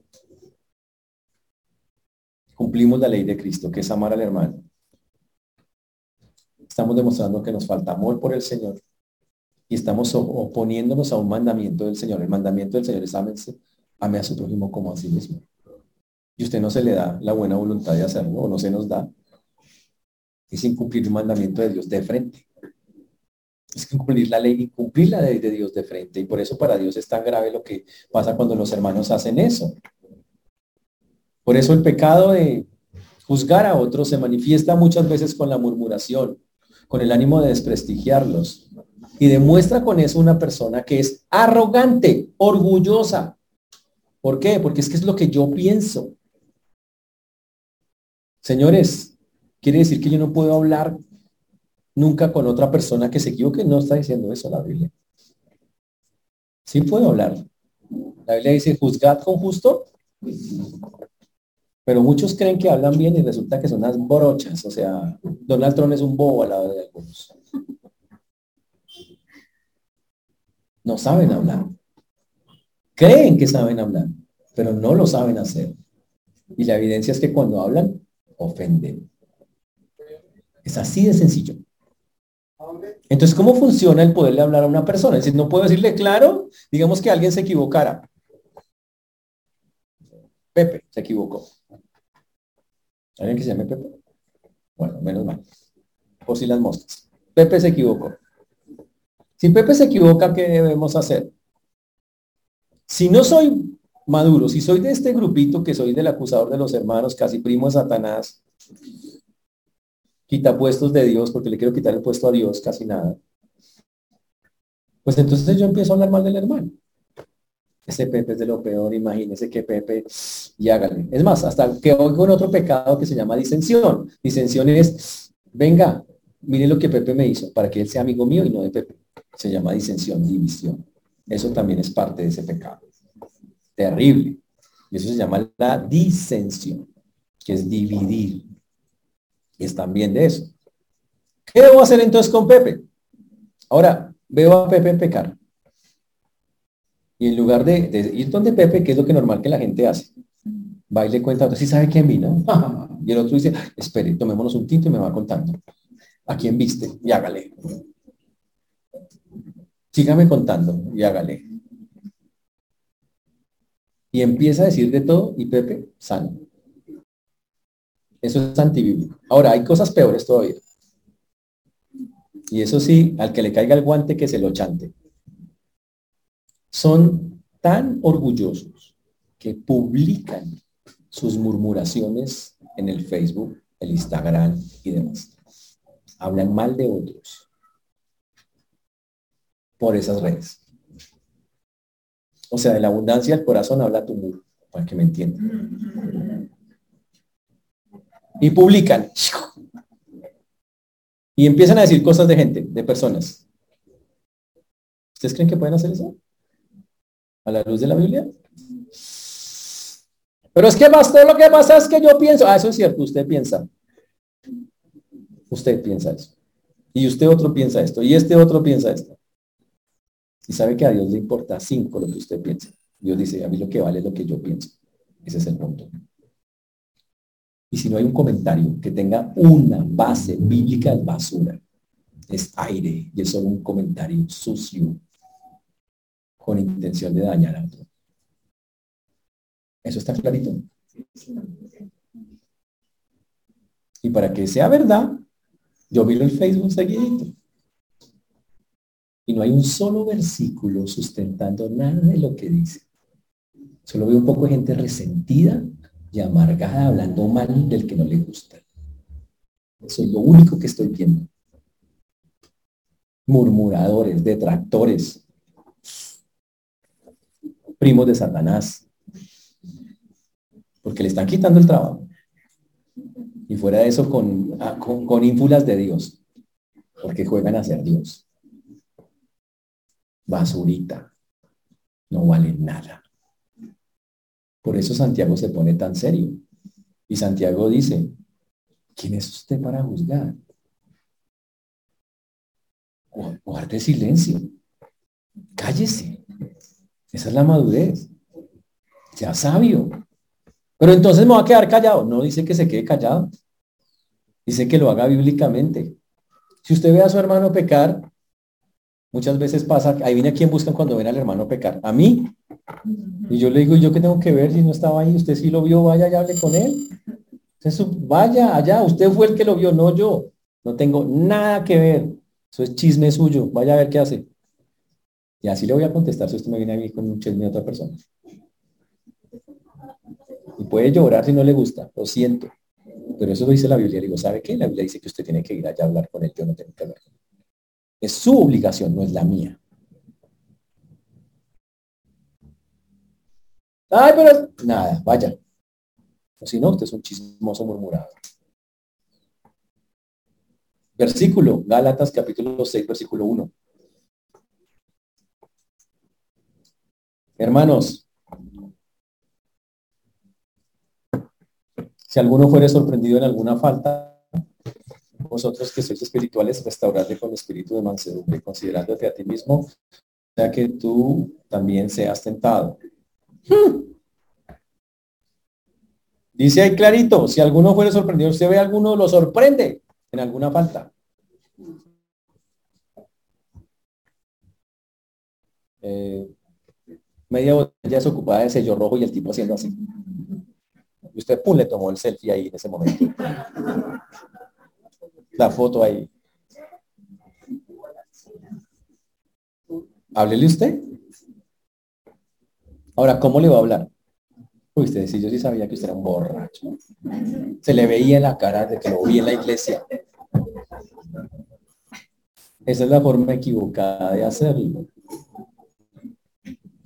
cumplimos la ley de Cristo, que es amar al hermano, estamos demostrando que nos falta amor por el Señor y estamos oponiéndonos a un mandamiento del Señor. El mandamiento del Señor es ámense, ame a su prójimo como a sí mismo. Y usted no se le da la buena voluntad de hacerlo, o no se nos da. Es incumplir un mandamiento de Dios de frente. Es cumplir la ley y cumplir la ley de Dios de frente. Y por eso para Dios es tan grave lo que pasa cuando los hermanos hacen eso. Por eso el pecado de juzgar a otros se manifiesta muchas veces con la murmuración, con el ánimo de desprestigiarlos. Y demuestra con eso una persona que es arrogante, orgullosa. ¿Por qué? Porque es que es lo que yo pienso. Señores, quiere decir que yo no puedo hablar nunca con otra persona que se equivoque. No está diciendo eso la Biblia. Sí puedo hablar. La Biblia dice, juzgad con justo. Pero muchos creen que hablan bien y resulta que son unas brochas. O sea, Donald Trump es un bobo al lado de algunos. No saben hablar. Creen que saben hablar, pero no lo saben hacer. Y la evidencia es que cuando hablan, ofenden. Es así de sencillo. Entonces, ¿cómo funciona el poderle hablar a una persona? Es decir, no puedo decirle claro, digamos que alguien se equivocara. Pepe se equivocó. ¿Alguien que se llame Pepe? Bueno, menos mal. Por si las moscas. Pepe se equivocó. Si Pepe se equivoca, ¿qué debemos hacer? Si no soy maduro, si soy de este grupito que soy del acusador de los hermanos, casi primo de Satanás, quita puestos de Dios, porque le quiero quitar el puesto a Dios, casi nada. Pues entonces yo empiezo a hablar mal del hermano. Ese Pepe es de lo peor, imagínese que Pepe, y hágale. Es más, hasta que hoy con otro pecado que se llama disensión. Disensión es, venga, mire lo que Pepe me hizo, para que él sea amigo mío y no de Pepe. Se llama disensión, división. Eso también es parte de ese pecado. Terrible. Y eso se llama la disensión, que es dividir. Y es también de eso. ¿Qué debo hacer entonces con Pepe? Ahora, veo a Pepe pecar. Y en lugar de, de ir donde Pepe, que es lo que normal que la gente hace, va y le cuenta a otro, sí sabe quién vino. Y el otro dice, espere, tomémonos un tinto y me va contando. ¿A quién viste? Y hágale. Sígame contando y hágale. Y empieza a decir de todo y Pepe, sano. Eso es antibíblico. Ahora, hay cosas peores todavía. Y eso sí, al que le caiga el guante, que se lo chante. Son tan orgullosos que publican sus murmuraciones en el Facebook, el Instagram y demás. Hablan mal de otros por esas redes. O sea, de la abundancia del corazón habla tu muro, para que me entiendan. Y publican. Y empiezan a decir cosas de gente, de personas. ¿Ustedes creen que pueden hacer eso? ¿A la luz de la Biblia? Pero es que pastor, lo que pasa es que yo pienso, ah, eso es cierto, usted piensa. Usted piensa eso. Y usted otro piensa esto. Y este otro piensa esto. Y sabe que a Dios le importa cinco lo que usted piensa. Dios dice, a mí lo que vale es lo que yo pienso. Ese es el punto. Y si no hay un comentario que tenga una base bíblica, es basura. Es aire y es solo un comentario sucio con intención de dañar a otro. Eso está clarito. Y para que sea verdad, yo miro el Facebook seguidito. Y no hay un solo versículo sustentando nada de lo que dice. Solo veo un poco de gente resentida y amargada hablando mal del que no le gusta. Eso es lo único que estoy viendo. Murmuradores, detractores, primos de Satanás, porque le están quitando el trabajo. Y fuera de eso, con, con, con ínfulas de Dios, porque juegan a ser Dios. Basurita, no vale nada. Por eso Santiago se pone tan serio. Y Santiago dice, ¿quién es usted para juzgar? Guarde silencio. Cállese. Esa es la madurez. Sea sabio. Pero entonces me va a quedar callado. No dice que se quede callado. Dice que lo haga bíblicamente. Si usted ve a su hermano pecar, muchas veces pasa, ahí viene a quién buscan cuando ven al hermano pecar. A mí. Y yo le digo, ¿yo qué tengo que ver si no estaba ahí? Usted sí lo vio, vaya y hable con él. Eso, vaya allá, usted fue el que lo vio, no yo. No tengo nada que ver. Eso es chisme suyo. Vaya a ver qué hace. Y así le voy a contestar si usted me viene a mí con un chisme de otra persona. Y puede llorar si no le gusta, lo siento. Pero eso lo dice la Biblia. Le digo, ¿sabe qué? La Biblia dice que usted tiene que ir allá a hablar con él. Yo no tengo que hablar con él. Es su obligación, no es la mía. Ay, pero nada, vaya. O si no, usted es un chismoso murmurador. Versículo, Gálatas capítulo seis, versículo uno. Hermanos, si alguno fuere sorprendido en alguna falta, vosotros que sois espirituales, restauradle con espíritu de mansedumbre, considerándote a ti mismo, ya que tú también seas tentado. Hmm. Dice ahí clarito, si alguno fuere sorprendido, usted ve a alguno, lo sorprende en alguna falta. Eh, media botella desocupada de sello rojo y el tipo haciendo así. Y usted, pum, le tomó el selfie ahí en ese momento. La foto ahí. Háblele usted. Ahora, ¿cómo le va a hablar? Uy, usted sí, yo sí sabía que usted era un borracho. Se le veía en la cara de que lo vi en la iglesia. Esa es la forma equivocada de hacerlo.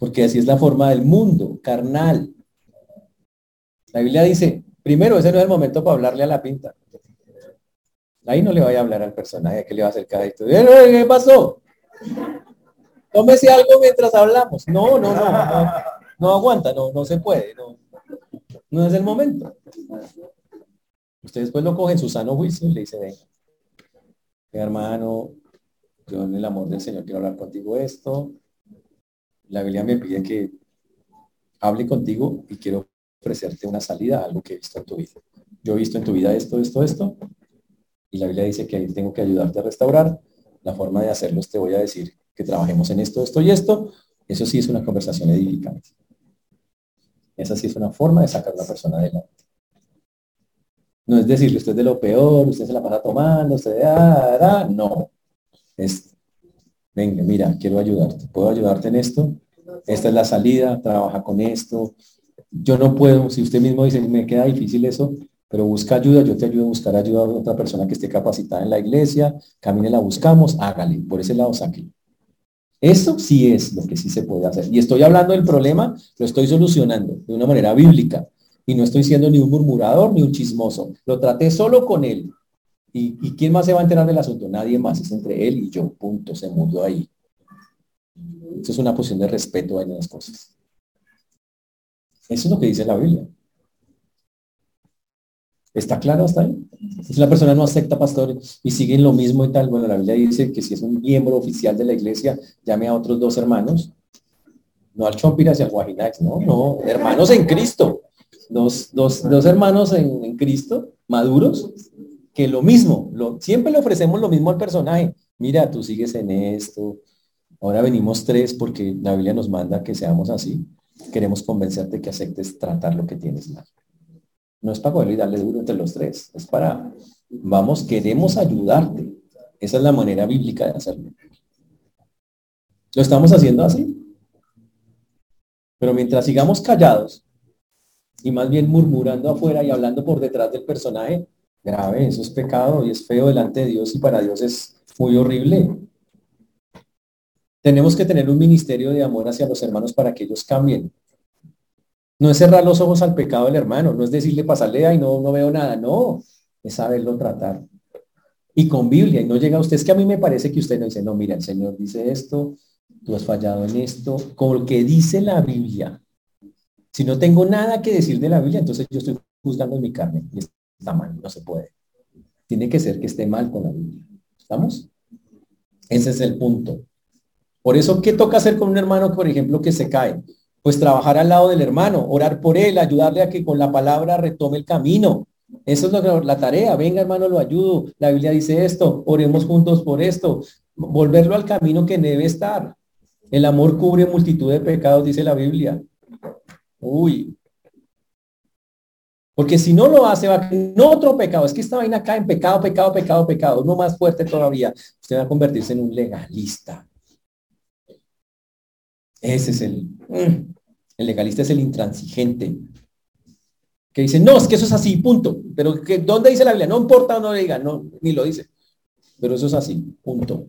porque así es la forma del mundo, carnal. La Biblia dice, primero, ese no es el momento para hablarle a la pinta. Ahí no le vaya a hablar al personaje que le va a hacer cadito. ¿Qué pasó? Tómese algo mientras hablamos. No, no, no, no, no aguanta, no, no se puede, no, no es el momento. Usted después lo coge en su sano juicio y le dice, venga, hermano, yo en el amor del Señor quiero hablar contigo esto. La Biblia me pide que hable contigo y quiero ofrecerte una salida a algo que he visto en tu vida. Yo he visto en tu vida esto, esto, esto, y la Biblia dice que ahí tengo que ayudarte a restaurar. La forma de hacerlo es te voy a decir que trabajemos en esto, esto y esto. Eso sí es una conversación edificante. Esa sí es una forma de sacar a una persona adelante. No es decirle, usted es de lo peor, usted se la pasa tomando, usted, ah, ah, no. Es, venga, mira, quiero ayudarte. ¿Puedo ayudarte en esto? Esta es la salida, trabaja con esto. Yo no puedo, si usted mismo dice, me queda difícil eso, pero busca ayuda, yo te ayudo a buscar ayuda a otra persona que esté capacitada en la iglesia, camine, la buscamos, hágale, por ese lado sáquelo. Eso sí es lo que sí se puede hacer. Y estoy hablando del problema, lo estoy solucionando de una manera bíblica. Y no estoy siendo ni un murmurador ni un chismoso. Lo traté solo con él. ¿Y, y quién más se va a enterar del asunto? Nadie más, es entre él y yo. Punto, se murió ahí. Eso es una posición de respeto en las cosas. Eso es lo que dice la Biblia. ¿Está claro hasta ahí? Si una persona no acepta pastor y sigue en lo mismo y tal, bueno, la Biblia dice que si es un miembro oficial de la iglesia, llame a otros dos hermanos, no al Chompiras y al Guajinax, no, no, hermanos en Cristo, dos, dos, dos hermanos en, en Cristo, maduros, que lo mismo, lo, siempre le ofrecemos lo mismo al personaje. Mira, tú sigues en esto, ahora venimos tres porque la Biblia nos manda que seamos así. Queremos convencerte que aceptes tratar lo que tienes mal. No es para poderle darle duro entre los tres, es para, vamos, queremos ayudarte. Esa es la manera bíblica de hacerlo. Lo estamos haciendo así. Pero mientras sigamos callados y más bien murmurando afuera y hablando por detrás del personaje, grave, eso es pecado y es feo delante de Dios y para Dios es muy horrible. Tenemos que tener un ministerio de amor hacia los hermanos para que ellos cambien. No es cerrar los ojos al pecado del hermano, no es decirle pasarle y no, no veo nada, no, es saberlo tratar. Y con Biblia, y no llega a usted, es que a mí me parece que usted no dice, no, mira, el Señor dice esto, tú has fallado en esto, con lo que dice la Biblia. Si no tengo nada que decir de la Biblia, entonces yo estoy juzgando en mi carne, y está mal, no se puede. Tiene que ser que esté mal con la Biblia. ¿Estamos? Ese es el punto. Por eso, ¿qué toca hacer con un hermano, por ejemplo, que se cae? Pues trabajar al lado del hermano, orar por él, ayudarle a que con la palabra retome el camino. Eso es lo que, la tarea. Venga, hermano, lo ayudo. La Biblia dice esto, oremos juntos por esto. Volverlo al camino que debe estar. El amor cubre multitud de pecados, dice la Biblia. Uy. Porque si no lo hace, va a caer en otro pecado. Es que esta vaina cae en pecado, pecado, pecado, pecado. Uno más fuerte todavía. Usted va a convertirse en un legalista. Ese es el... El legalista es el intransigente. Que dice, no, es que eso es así, punto. Pero que, ¿dónde dice la Biblia? No importa o no diga, no, ni lo dice. Pero eso es así, punto.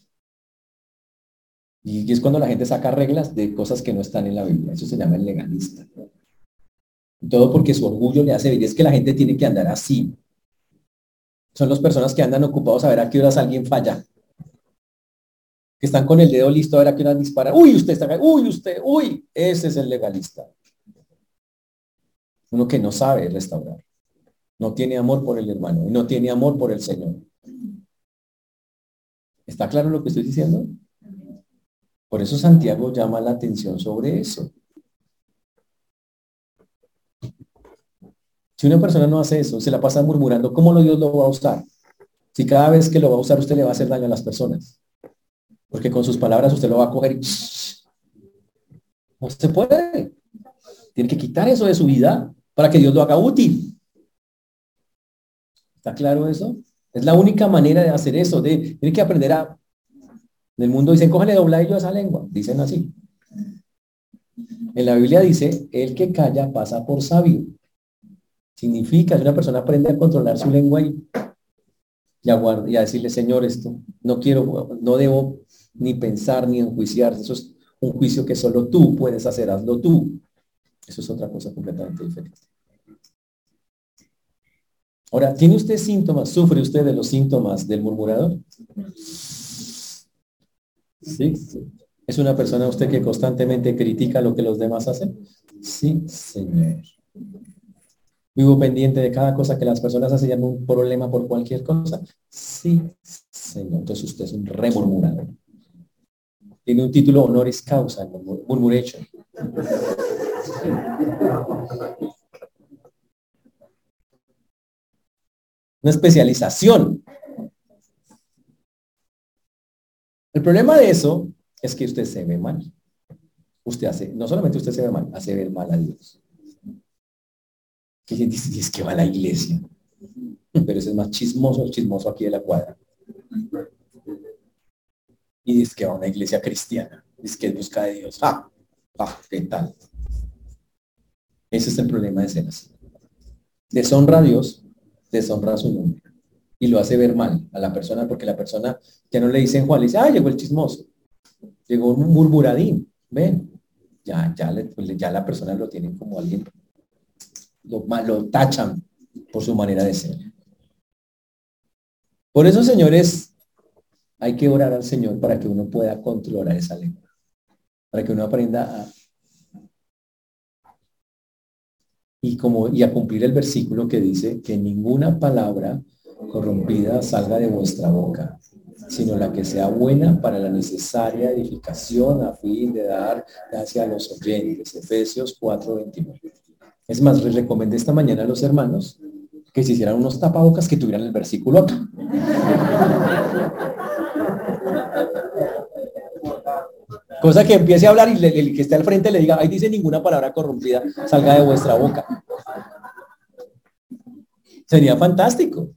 Y es cuando la gente saca reglas de cosas que no están en la Biblia. Eso se llama el legalista. Todo porque su orgullo le hace ver, es que la gente tiene que andar así. Son las personas que andan ocupados a ver a qué horas alguien falla. Que están con el dedo listo a ver a qué horas dispara. Uy, usted está acá. Uy, usted, uy. Ese es el legalista. Uno que no sabe restaurar. No tiene amor por el hermano y no tiene amor por el Señor. ¿Está claro lo que estoy diciendo? Por eso Santiago llama la atención sobre eso. Si una persona no hace eso, se la pasa murmurando, ¿cómo lo Dios lo va a usar? Si cada vez que lo va a usar usted le va a hacer daño a las personas. Porque con sus palabras usted lo va a coger y... No se puede. Tiene que quitar eso de su vida para que Dios lo haga útil. ¿Está claro eso? Es la única manera de hacer eso. De, tiene que aprender a... En el mundo dicen, cójale dobladillo a esa lengua. Dicen así. En la Biblia dice, el que calla pasa por sabio. Significa que una persona aprende a controlar su lengua y, y, a, y a decirle, Señor, esto no quiero, no debo ni pensar ni enjuiciar. Eso es un juicio que solo tú puedes hacer, hazlo tú. Eso es otra cosa completamente diferente. Ahora, ¿tiene usted síntomas? ¿Sufre usted de los síntomas del murmurador? Sí. ¿Es una persona usted que constantemente critica lo que los demás hacen? Sí, señor. ¿Vivo pendiente de cada cosa que las personas hacen y hay un problema por cualquier cosa? Sí, señor. Entonces usted es un remurmurador. Tiene un título honoris causa, murmuration. Una especialización. El problema de eso es que usted se ve mal. Usted hace, no solamente usted se ve mal, hace ver mal a Dios. Que dice, es que va a la iglesia. Pero ese es más chismoso, el chismoso aquí de la cuadra. Y dice que va a una iglesia cristiana. Dice que busca de Dios. Ah, ah, ¿qué tal? Ese es el problema de ser así. Deshonra a Dios, deshonra a su nombre. Y lo hace ver mal a la persona, porque la persona ya no le dice en Juan, le dice, ah, llegó el chismoso. Llegó un murmuradín. Ven. Ya, ya, le, ya la persona lo tiene como alguien. Lo, lo tachan por su manera de ser. Por eso, señores, hay que orar al Señor para que uno pueda controlar esa lengua. Para que uno aprenda a y, como, y a cumplir el versículo que dice que ninguna palabra corrompida salga de vuestra boca, sino la que sea buena para la necesaria edificación a fin de dar gracia a los oyentes. Efesios cuatro veintinueve. Es más, les recomendé esta mañana a los hermanos que se hicieran unos tapabocas que tuvieran el versículo acá. Cosa que empiece a hablar y le, el que esté al frente le diga, ahí dice ninguna palabra corrompida salga de vuestra boca. Sería fantástico.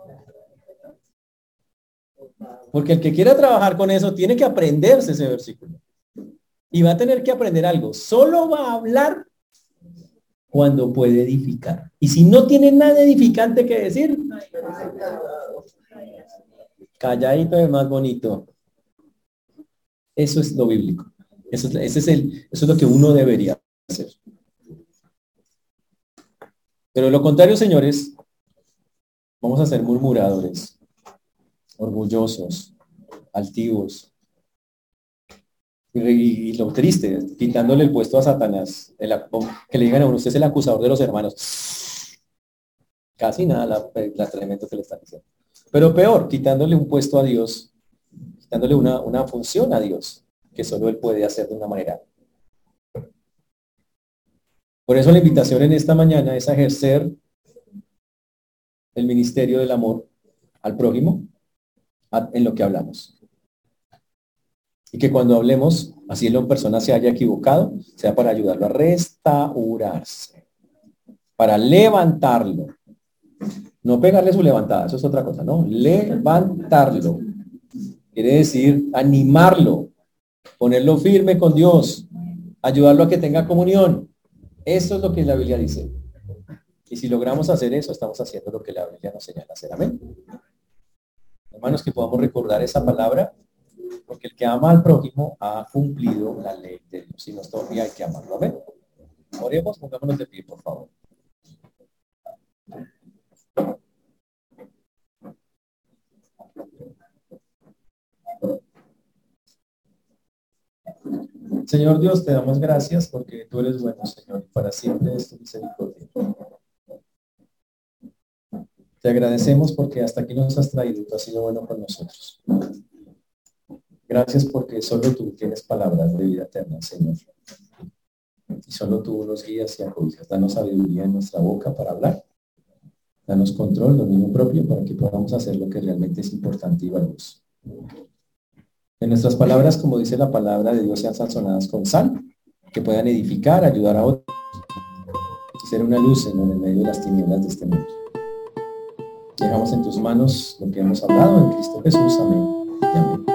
Porque el que quiera trabajar con eso tiene que aprenderse ese versículo. Y va a tener que aprender algo. Solo va a hablar cuando puede edificar. Y si no tiene nada edificante que decir, calladito es más bonito. Eso es lo bíblico. Eso es, ese es el, eso es lo que uno debería hacer. Pero lo contrario, señores, vamos a ser murmuradores, orgullosos, altivos. Y, y, y lo triste, quitándole el puesto a Satanás, el, que le digan a uno, usted es el acusador de los hermanos. Casi nada la, la tremendo que le están diciendo. Pero peor, quitándole un puesto a Dios, quitándole una, una función a Dios, que solo Él puede hacer de una manera. Por eso la invitación en esta mañana es a ejercer el ministerio del amor al prójimo en lo que hablamos. Y que cuando hablemos, así la persona se haya equivocado, sea para ayudarlo a restaurarse, para levantarlo. No pegarle su levantada, eso es otra cosa, ¿no? Levantarlo. Quiere decir animarlo, ponerlo firme con Dios, ayudarlo a que tenga comunión. Eso es lo que la Biblia dice. Y si logramos hacer eso, estamos haciendo lo que la Biblia nos señala hacer. Amén. Hermanos, que podamos recordar esa palabra, porque el que ama al prójimo ha cumplido la ley de Dios. Y nos todavía hay que amarlo. Amén. Oremos, pongámonos de pie, por favor. Señor Dios, te damos gracias porque tú eres bueno, Señor, y para siempre es tu misericordia. Te agradecemos porque hasta aquí nos has traído y tú has sido bueno con nosotros. Gracias porque solo tú tienes palabras de vida eterna, Señor. Y solo tú nos guías y acobijas. Danos sabiduría en nuestra boca para hablar. Danos control, dominio propio, para que podamos hacer lo que realmente es importante y valioso. Que nuestras palabras, como dice la palabra de Dios, sean sazonadas con sal, que puedan edificar, ayudar a otros y ser una luz en el medio de las tinieblas de este mundo. Dejamos en tus manos lo que hemos hablado en Cristo Jesús. Amén. Y amén.